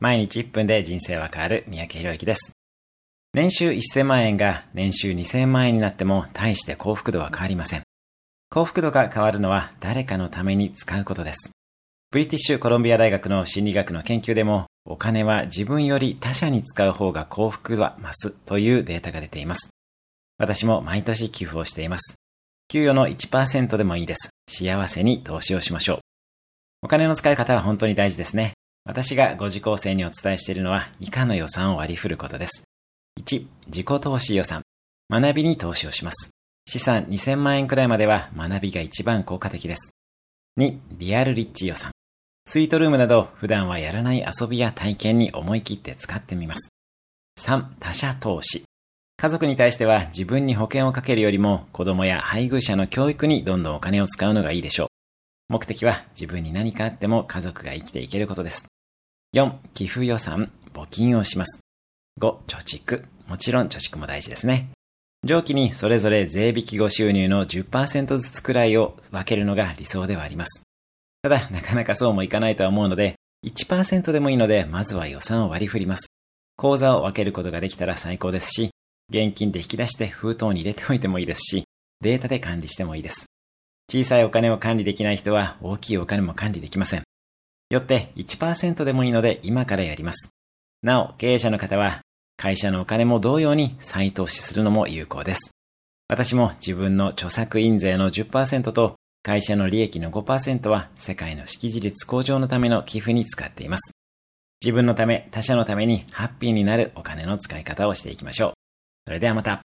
毎日1分で人生は変わる三宅宏之です。年収1000万円が年収2000万円になっても大して幸福度は変わりません。幸福度が変わるのは誰かのために使うことです。ブリティッシュコロンビア大学の心理学の研究でも、お金は自分より他者に使う方が幸福度は増すというデータが出ています。私も毎年寄付をしています。給与の 1% でもいいです。幸せに投資をしましょう。お金の使い方は本当に大事ですね。私がご受講生にお伝えしているのは以下の予算を割り振ることです。1、自己投資予算。学びに投資をします。資産2000万円くらいまでは学びが一番効果的です。2、リアルリッチ予算。スイートルームなど普段はやらない遊びや体験に思い切って使ってみます。3、他者投資。家族に対しては自分に保険をかけるよりも子供や配偶者の教育にどんどんお金を使うのがいいでしょう。目的は自分に何かあっても家族が生きていけることです。4、寄付予算、募金をします。5、貯蓄。もちろん貯蓄も大事ですね。上記にそれぞれ税引き後収入の 10% ずつくらいを分けるのが理想ではあります。ただ、なかなかそうもいかないとは思うので、1% でもいいので、まずは予算を割り振ります。口座を分けることができたら最高ですし、現金で引き出して封筒に入れておいてもいいですし、データで管理してもいいです。小さいお金を管理できない人は大きいお金も管理できません。よって 1% でもいいので今からやります。なお、経営者の方は会社のお金も同様に再投資するのも有効です。私も自分の著作印税の 10% と会社の利益の 5% は世界の識字率向上のための寄付に使っています。自分のため、他者のためにハッピーになるお金の使い方をしていきましょう。それではまた。